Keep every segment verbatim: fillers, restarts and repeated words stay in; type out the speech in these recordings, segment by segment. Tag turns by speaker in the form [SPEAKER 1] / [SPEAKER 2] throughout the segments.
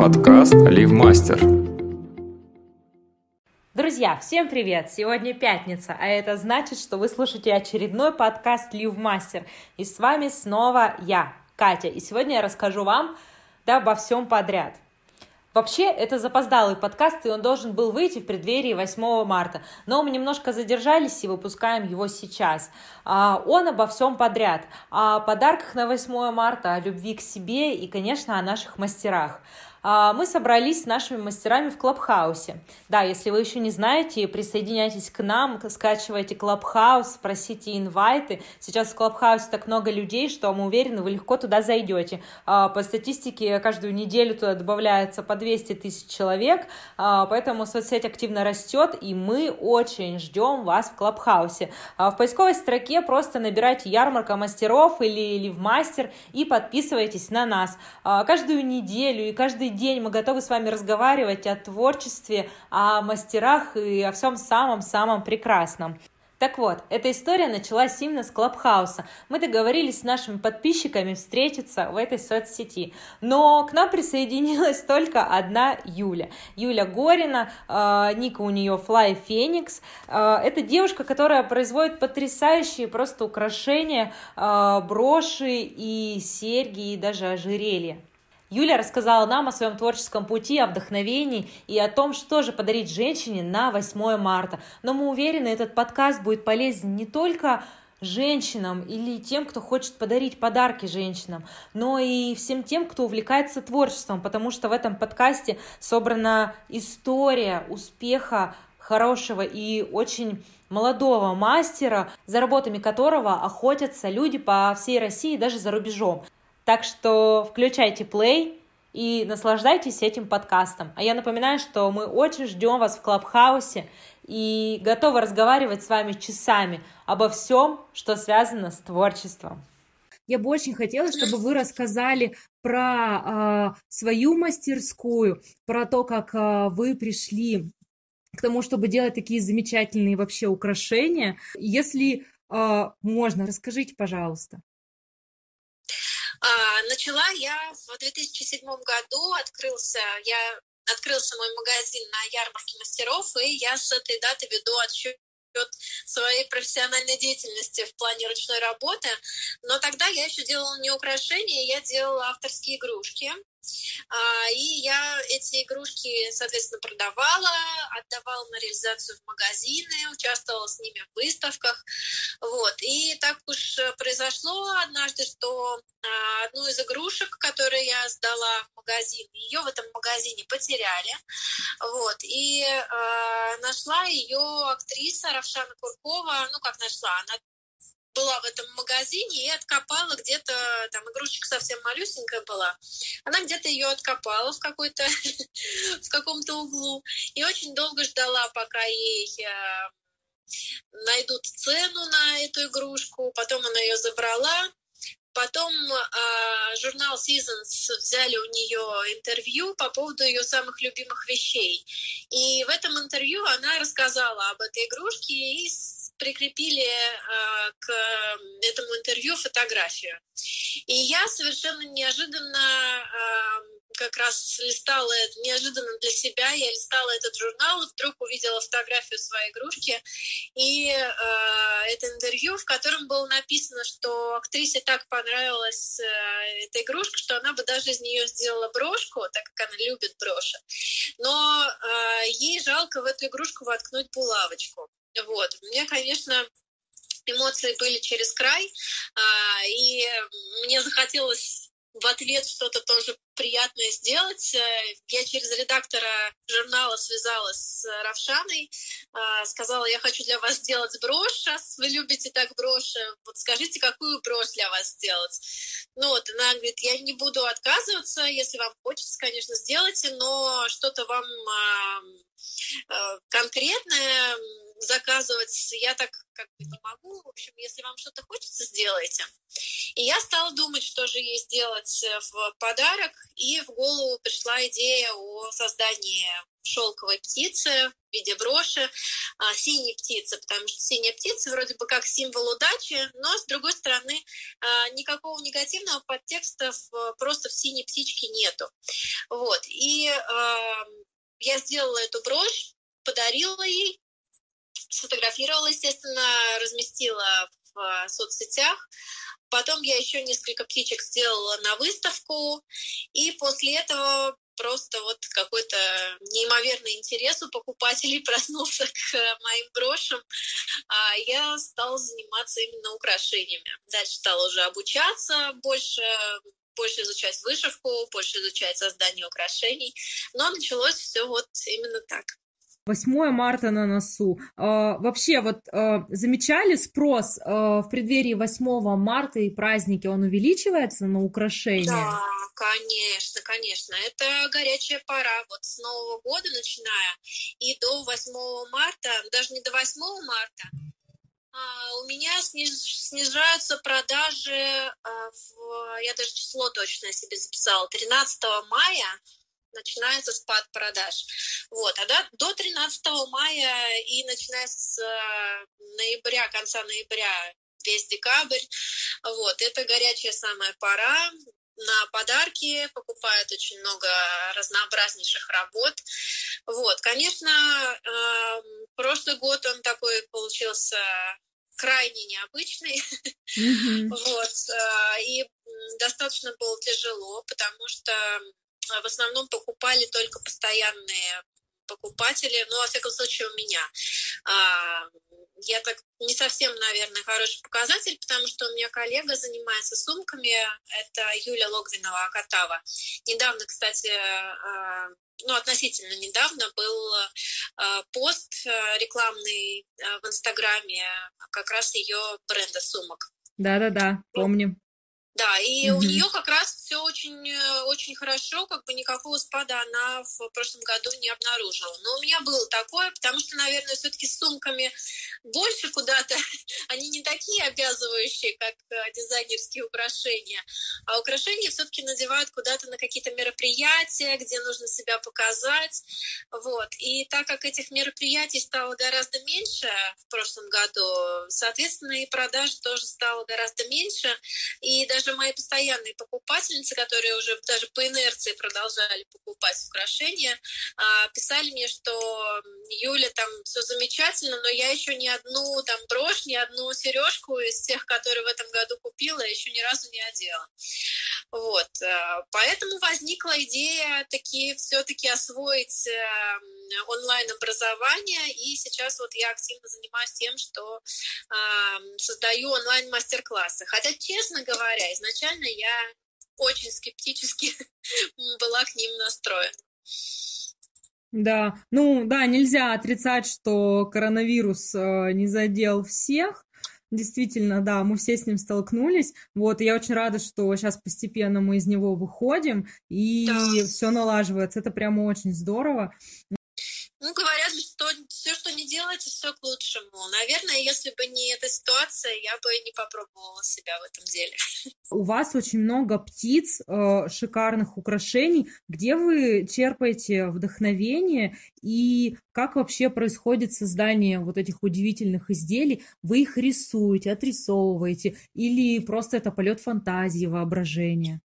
[SPEAKER 1] Подкаст Ливмастер.
[SPEAKER 2] Друзья, всем привет! Сегодня пятница, а это значит, что вы слушаете очередной подкаст Ливмастер. И с вами снова я, Катя. И сегодня я расскажу вам да, обо всем подряд. Вообще, это запоздалый подкаст, и он должен был выйти в преддверии восьмого марта. Но мы немножко задержались и выпускаем его сейчас. Он обо всем подряд. О подарках на восьмое марта, о любви к себе и, конечно, о наших мастерах. Мы собрались с нашими мастерами в Клабхаусе. Да, если вы еще не знаете, присоединяйтесь к нам, скачивайте Клабхаус, просите инвайты. Сейчас в Клабхаусе так много людей, что мы уверены, вы легко туда зайдете. По статистике, каждую неделю туда добавляется по двести тысяч человек, поэтому соцсеть активно растет, и мы очень ждем вас в Клабхаусе. В поисковой строке просто набирайте «Ярмарка мастеров» или «Ливмастер» и подписывайтесь на нас. Каждую неделю и каждый день мы готовы с вами разговаривать о творчестве, о мастерах и о всем самом-самом прекрасном. Так вот, эта история началась именно с Клабхауса. Мы договорились с нашими подписчиками встретиться в этой соцсети. Но к нам присоединилась только одна Юля. Юля Горина, э, ник у нее Fly Phoenix. Э, это девушка, которая производит потрясающие просто украшения, э, броши и серьги, и даже ожерелья. Юля рассказала нам о своем творческом пути, о вдохновении и о том, что же подарить женщине на восьмое марта. Но мы уверены, этот подкаст будет полезен не только женщинам или тем, кто хочет подарить подарки женщинам, но и всем тем, кто увлекается творчеством, потому что в этом подкасте собрана история успеха хорошего и очень молодого мастера, за работами которого охотятся люди по всей России и даже за рубежом. Так что включайте плей и наслаждайтесь этим подкастом. А я напоминаю, что мы очень ждем вас в Клабхаусе и готовы разговаривать с вами часами обо всем, что связано с творчеством. Я бы очень хотела, чтобы вы рассказали про э, свою мастерскую, про то, как э, вы пришли к тому, чтобы делать такие замечательные вообще украшения. Если э, можно, расскажите, пожалуйста.
[SPEAKER 3] А, начала я в две тысячи седьмом году, открылся, я, открылся мой магазин на ярмарке мастеров, и я с этой даты веду отсчет своей профессиональной деятельности в плане ручной работы. Но тогда я еще делала не украшения, я делала авторские игрушки. И я эти игрушки, соответственно, продавала, отдавала на реализацию в магазины, участвовала с ними в выставках. Вот. И так уж произошло однажды, что одну из игрушек, которую я сдала в магазин, ее в этом магазине потеряли. Вот. И э, нашла ее актриса Равшана Куркова. Ну, как нашла? Она была в этом магазине и откопала где-то, там игрушечка совсем малюсенькая была, она где-то ее откопала в какой-то, в каком-то углу и очень долго ждала, пока ей э, найдут цену на эту игрушку, потом она ее забрала. Потом э, журнал Seasons взяли у нее интервью по поводу ее самых любимых вещей. И в этом интервью она рассказала об этой игрушке и прикрепили э, к этому интервью фотографию. И я совершенно неожиданно э, как раз листала это, неожиданно для себя, я листала этот журнал, вдруг увидела фотографию своей игрушки и э, это интервью, в котором было написано, что актрисе так понравилась э, эта игрушка, что она бы даже из нее сделала брошку, так как она любит броши, но э, ей жалко в эту игрушку воткнуть булавочку. Вот. Мне, конечно, эмоции были через край, э, и мне захотелось в ответ что-то тоже приятное сделать. Я через редактора журнала связалась с Равшаной, сказала, я хочу для вас сделать брошь, раз вы любите так броши, вот скажите, какую брошь для вас сделать. Ну вот, она говорит, я не буду отказываться, если вам хочется, конечно, сделайте, но что-то вам конкретное заказывать я так как бы не могу. В общем, если вам что-то хочется, сделайте. И я стала думать, что же ей сделать в подарок, и в голову пришла идея о создании шелковой птицы в виде броши, а, синей птицы, потому что синяя птица вроде бы как символ удачи, но, с другой стороны, а, никакого негативного подтекста в, просто в синей птичке нету. Вот. И а, я сделала эту брошь, подарила ей, сфотографировала, естественно, разместила в соцсетях. Потом я еще несколько птичек сделала на выставку, и после этого просто вот какой-то неимоверный интерес у покупателей проснулся к моим брошам, а я стала заниматься именно украшениями. Дальше стала уже обучаться больше, больше изучать вышивку, больше изучать создание украшений, но началось все вот именно так.
[SPEAKER 2] восьмое марта на носу. А, вообще, вот а, замечали спрос а, в преддверии восьмого марта и праздники, он увеличивается на украшения?
[SPEAKER 3] Да, конечно, конечно. Это горячая пора. Вот с Нового года начиная и до восьмого марта, даже не до восьмого марта, а, у меня сниж, снижаются продажи, а, в, я даже число точно себе записала, тринадцатого мая начинается спад продаж. Вот. А до, до тринадцатого мая и начиная с э, ноября, конца ноября, весь декабрь, вот, это горячая самая пора. На подарки покупают очень много разнообразнейших работ. Вот. Конечно, э, прошлый год он такой получился крайне необычный. Mm-hmm. Вот. Э, и достаточно было тяжело, потому что в основном покупали только постоянные покупатели, ну, во всяком случае, у меня. Я так не совсем, наверное, хороший показатель, потому что у меня коллега занимается сумками, это Юля Логвинова-Акатава. Недавно, кстати, ну, относительно недавно был пост рекламный в Инстаграме как раз ее бренда сумок.
[SPEAKER 2] Да-да-да, помню.
[SPEAKER 3] Да, и mm-hmm. у нее как раз все очень, очень хорошо, как бы никакого спада она в прошлом году не обнаружила. Но у меня было такое, потому что, наверное, все-таки с сумками больше куда-то, они не такие обязывающие, как дизайнерские украшения, а украшения все-таки надевают куда-то на какие-то мероприятия, где нужно себя показать. Вот. И так как этих мероприятий стало гораздо меньше в прошлом году, соответственно, и продаж тоже стало гораздо меньше, и даже Даже мои постоянные покупательницы, которые уже даже по инерции продолжали покупать украшения, писали мне, что Юля, там все замечательно, но я еще ни одну там брошь, ни одну сережку из тех, которые в этом году купила, еще ни разу не одела. Вот. Поэтому возникла идея таки все-таки освоить онлайн-образование, и сейчас вот я активно занимаюсь тем, что создаю онлайн-мастер-классы. Хотя, честно говоря, изначально я очень скептически была к ним настроена.
[SPEAKER 2] Да, ну да, нельзя отрицать, что коронавирус э, не задел всех. Действительно, да, мы все с ним столкнулись. Вот, и я очень рада, что сейчас постепенно мы из него выходим, и да. все налаживается. Это прямо очень здорово.
[SPEAKER 3] Ну, говорят, что все, что не делается, все к лучшему. Наверное, если бы не эта ситуация, я бы не попробовала себя в этом деле.
[SPEAKER 2] У вас очень много птиц, шикарных украшений. Где вы черпаете вдохновение и как вообще происходит создание вот этих удивительных изделий? Вы их рисуете, отрисовываете или просто это полет фантазии, воображения?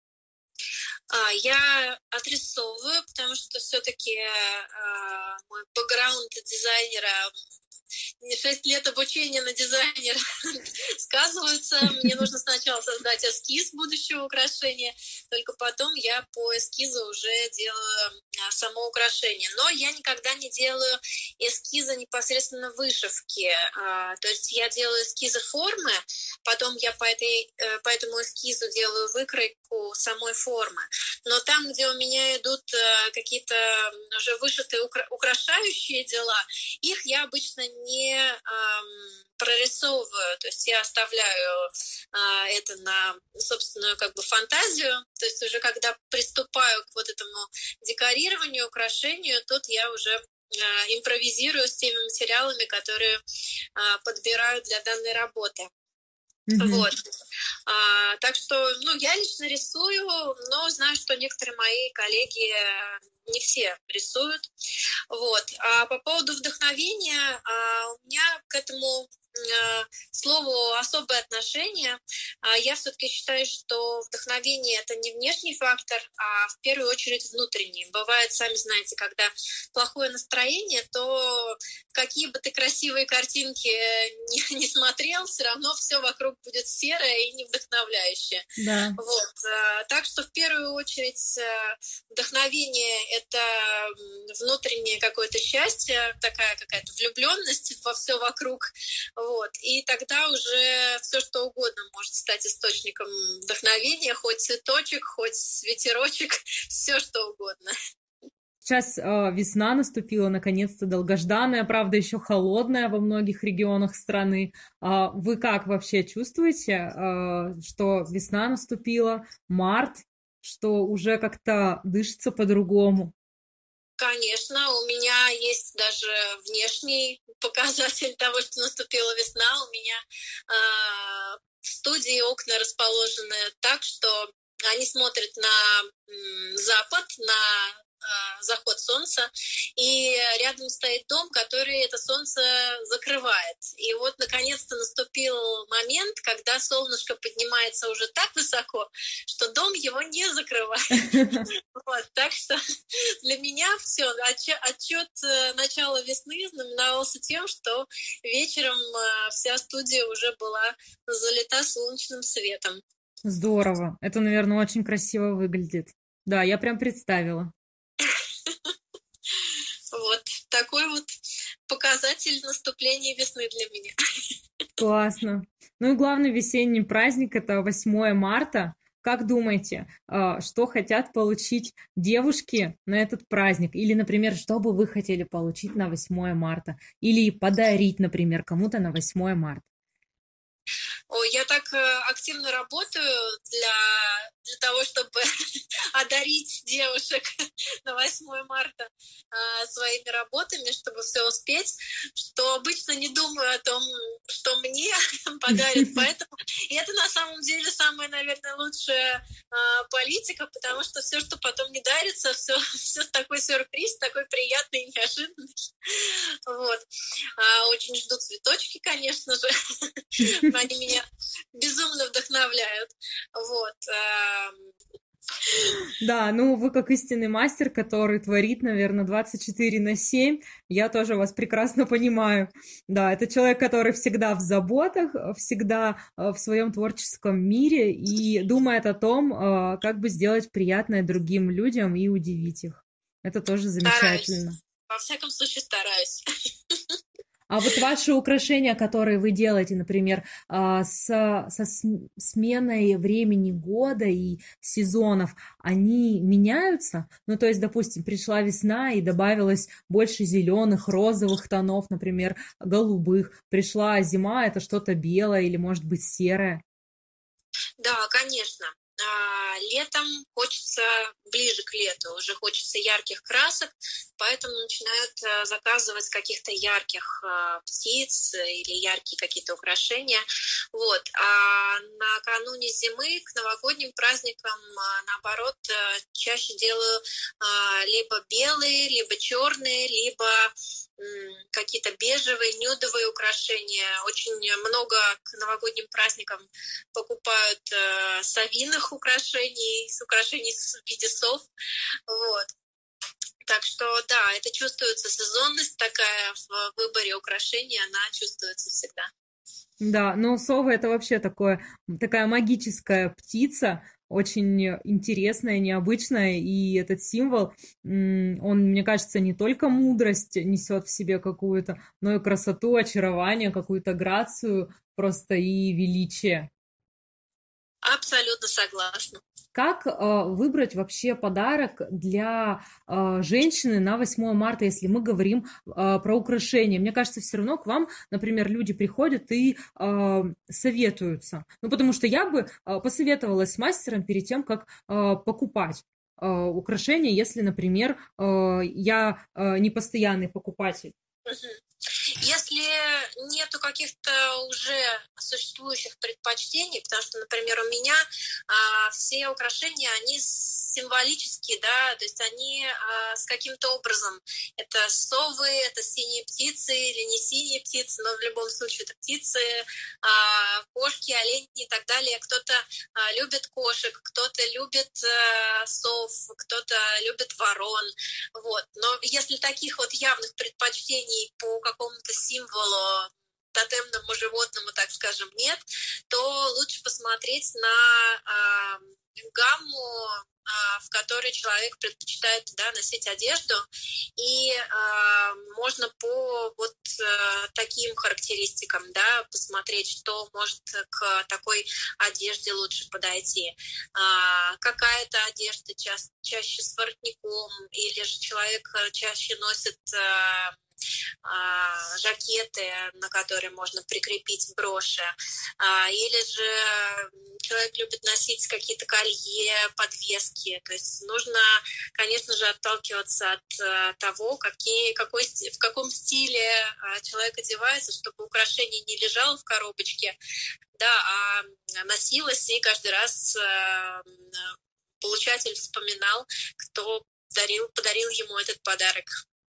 [SPEAKER 3] Я отрисовываю, потому что все-таки э, мой бэкграунд дизайнера, шесть лет обучения на дизайнера сказываются. Мне нужно сначала создать эскиз будущего украшения, только потом я по эскизу уже делаю само украшение. Но я никогда не делаю эскиза непосредственно вышивки. То есть я делаю эскизы формы, потом я по, этой, по этому эскизу делаю выкройку самой формы. Но там, где у меня идут какие-то уже вышитые украшающие дела, их я обычно не эм, прорисовываю, то есть я оставляю э, это на собственную как бы фантазию, то есть уже когда приступаю к вот этому декорированию, украшению, тут я уже э, импровизирую с теми материалами, которые э, подбираю для данной работы. Mm-hmm. Вот. А, Так что, ну, я лично рисую, но знаю, что некоторые мои коллеги не все рисуют. Вот. А по поводу вдохновения, у меня к этому слову особое отношение. Я все-таки считаю, что вдохновение — это не внешний фактор, а в первую очередь внутренний. Бывает, сами знаете, когда плохое настроение, то какие бы ты красивые картинки не, не смотрел, все равно все вокруг будет серое и не вдохновляющее.
[SPEAKER 2] Да.
[SPEAKER 3] Вот. Так что в первую очередь вдохновение — это внутреннее какое-то счастье, такая какая-то влюбленность во все вокруг. Вот. И тогда уже все что угодно может стать источником вдохновения, хоть цветочек, хоть ветерочек, все что угодно.
[SPEAKER 2] Сейчас э, весна наступила, наконец-то долгожданная, правда, еще холодная во многих регионах страны. Э, вы как вообще чувствуете, э, что весна наступила, март, что уже как-то дышится по-другому?
[SPEAKER 3] Конечно, у меня есть даже внешний показатель того, что наступила весна. У меня э, в студии окна расположены так, что они смотрят на м, запад, на э, заход солнца, и рядом стоит дом, который это солнце закрывает. И вот, наконец-то, наступил момент, когда солнышко поднимается уже так высоко, что дом его не закрывает. Вот, так что для меня все, отчет начала весны знаменовался тем, что вечером вся студия уже была залита солнечным светом.
[SPEAKER 2] Здорово. Это, наверное, очень красиво выглядит. Да, я прям представила.
[SPEAKER 3] Вот такой вот показатель наступления весны для меня.
[SPEAKER 2] Классно. Ну и главный весенний праздник — это восьмое марта. Как думаете, что хотят получить девушки на этот праздник? Или, например, что бы вы хотели получить на восьмое марта? Или подарить, например, кому-то на восьмое марта?
[SPEAKER 3] Ой, я так активно работаю для, для того, чтобы одарить девушек на восьмое марта э, своими работами, чтобы все успеть, что обычно не думаю о том, что мне подарят. Поэтому и это на самом деле самая, наверное, лучшая э, политика, потому что все, что потом не дарится, все, все такой сюрприз, такой приятный и неожиданный. Вот. А, очень жду цветочки, конечно же. Они меня безумно вдохновляют. Вот.
[SPEAKER 2] Да, ну вы как истинный мастер, который творит, наверное, двадцать четыре на семь, я тоже вас прекрасно понимаю. Да, это человек, который всегда в заботах, всегда в своем творческом мире и думает о том, как бы сделать приятное другим людям и удивить их. Это тоже замечательно.
[SPEAKER 3] Стараюсь. Во всяком случае, стараюсь.
[SPEAKER 2] А вот ваши украшения, которые вы делаете, например, со, со сменой времени года и сезонов, они меняются? Ну, то есть, допустим, пришла весна и добавилось больше зеленых, розовых тонов, например, голубых. Пришла зима, это что-то белое или, может быть, серое?
[SPEAKER 3] Да, конечно. Летом хочется, ближе к лету, уже хочется ярких красок, поэтому начинают заказывать каких-то ярких птиц или яркие какие-то украшения. Вот. А накануне зимы, к новогодним праздникам, наоборот, чаще делаю либо белые, либо черные, либо какие-то бежевые, нюдовые украшения. Очень много к новогодним праздникам покупают э, совиных украшений, украшений в виде сов. Вот. Так что, да, это чувствуется, сезонность такая в выборе украшений, она чувствуется всегда.
[SPEAKER 2] Да, но совы — это вообще такое, такая магическая птица, очень интересная, необычная, и этот символ, он, мне кажется, не только мудрость несет в себе какую-то, но и красоту, очарование, какую-то грацию просто и величие.
[SPEAKER 3] Абсолютно согласна.
[SPEAKER 2] Как э, выбрать вообще подарок для э, женщины на восьмое марта, если мы говорим э, про украшения? Мне кажется, все равно к вам, например, люди приходят и э, советуются. Ну, потому что я бы э, посоветовалась с мастером перед тем, как э, покупать э, украшения, если, например, э, я э, не постоянный покупатель.
[SPEAKER 3] Если нету каких-то уже существующих предпочтений, потому что, например, у меня а, все украшения, они символические, да, то есть они а, с каким-то образом. Это совы, это синие птицы или не синие птицы, но в любом случае это птицы, а, кошки, олени и так далее. Кто-то а, любит кошек, кто-то любит а, сов, кто-то любит ворон. Вот. Но если таких вот явных предпочтений по какому-то символу, тотемному животному, так скажем, нет, то лучше посмотреть на э, гамму, э, в которой человек предпочитает, да, носить одежду, и э, можно по вот э, таким характеристикам, да, посмотреть, что может к такой одежде лучше подойти. Э, какая-то одежда ча- чаще с воротником, или же человек чаще носит э, жакеты, на которые можно прикрепить броши, или же человек любит носить какие-то колье, подвески. То есть нужно, конечно же, отталкиваться от того, какие, какой, в каком стиле человек одевается, чтобы украшение не лежало в коробочке, да, а носилось, и каждый раз получатель вспоминал, кто подарил, подарил ему этот подарок.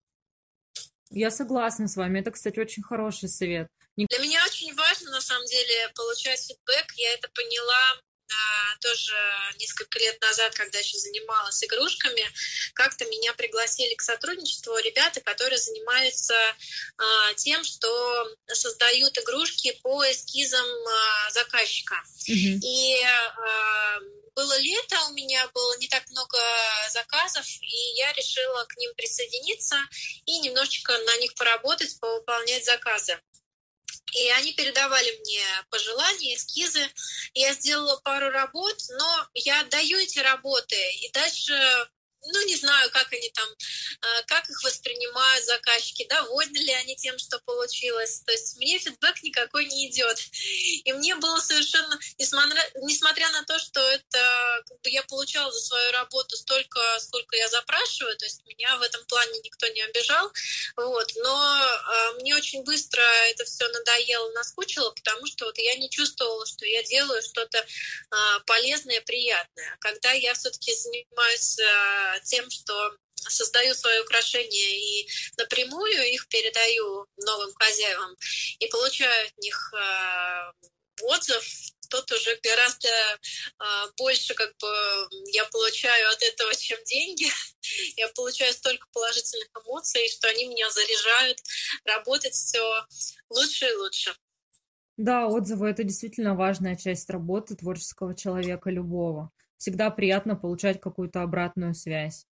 [SPEAKER 2] Я согласна с вами. Это, кстати, очень хороший совет. Не...
[SPEAKER 3] Для меня очень важно, на самом деле, получать фидбэк. Я это поняла а, тоже несколько лет назад, когда еще занималась игрушками. Как-то меня пригласили к сотрудничеству ребята, которые занимаются а, тем, что создают игрушки по эскизам а, заказчика.
[SPEAKER 2] Мгм.
[SPEAKER 3] И а, было лето, у меня было не так много заказов, и я решила к ним присоединиться и немножечко на них поработать, повыполнять заказы. И они передавали мне пожелания, эскизы. Я сделала пару работ, но я отдаю эти работы, и дальше... Ну, не знаю, как они там, как их воспринимают заказчики, довольны ли они тем, что получилось. То есть мне фидбэк никакой не идет. И мне было совершенно, несмотря, несмотря на то, что это как бы я получала за свою работу столько, сколько я запрашиваю, то есть меня в этом плане никто не обижал, вот, но э, мне очень быстро это все надоело, наскучило, потому что вот я не чувствовала, что я делаю что-то э, полезное, приятное. Когда я все-таки занимаюсь э, тем, что создаю свои украшения и напрямую их передаю новым хозяевам и получаю от них э, отзыв, тут уже гораздо э, больше как бы я получаю от этого, чем деньги. Я получаю столько положительных эмоций, что они меня заряжают работать все лучше и лучше.
[SPEAKER 2] Да, отзывы — это действительно важная часть работы творческого человека любого. Всегда приятно получать какую-то обратную связь.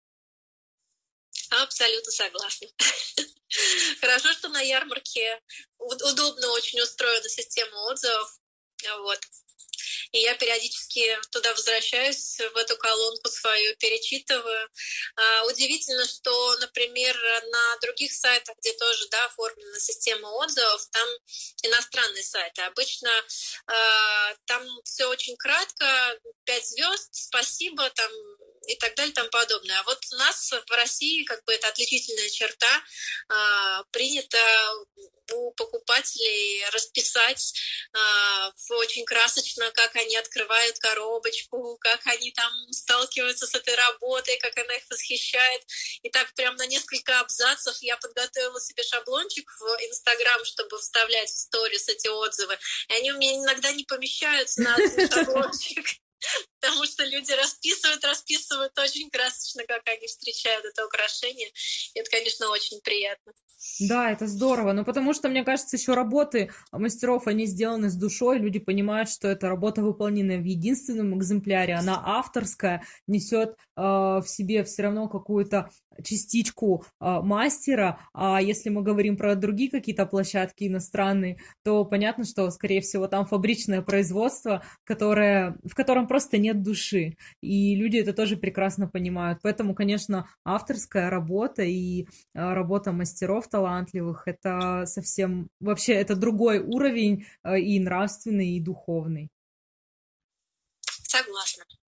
[SPEAKER 3] Абсолютно согласна. Хорошо, что на ярмарке удобно очень устроена система отзывов. Вот. И я периодически туда возвращаюсь, в эту колонку свою перечитываю. А, удивительно, что, например, на других сайтах, где тоже, да, оформлена система отзывов, там иностранные сайты. Обычно а, там все очень кратко, пять звезд, спасибо, там и так далее, и тому подобное. А вот у нас в России как бы это отличительная черта. А, принято у покупателей расписать а, очень красочно, как они открывают коробочку, как они там сталкиваются с этой работой, как она их восхищает. И так прям на несколько абзацев я подготовила себе шаблончик в Инстаграм, чтобы вставлять в сторис эти отзывы. И они у меня иногда не помещаются на один шаблончик. Потому что люди расписывают, расписывают очень красочно, как они встречают это украшение. И это, конечно, очень приятно.
[SPEAKER 2] Да, это здорово, но потому что, мне кажется, еще работы мастеров, они сделаны с душой, люди понимают, что эта работа выполнена в единственном экземпляре, она авторская, несет э, в себе все равно какую-то частичку э, мастера, а если мы говорим про другие какие-то площадки иностранные, то понятно, что, скорее всего, там фабричное производство, которое, в котором просто нет души, и люди это тоже прекрасно понимают, поэтому, конечно, авторская работа и э, работа мастеров талантливых, это совсем, вообще, это другой уровень э, и нравственный, и духовный.
[SPEAKER 3] Согласна.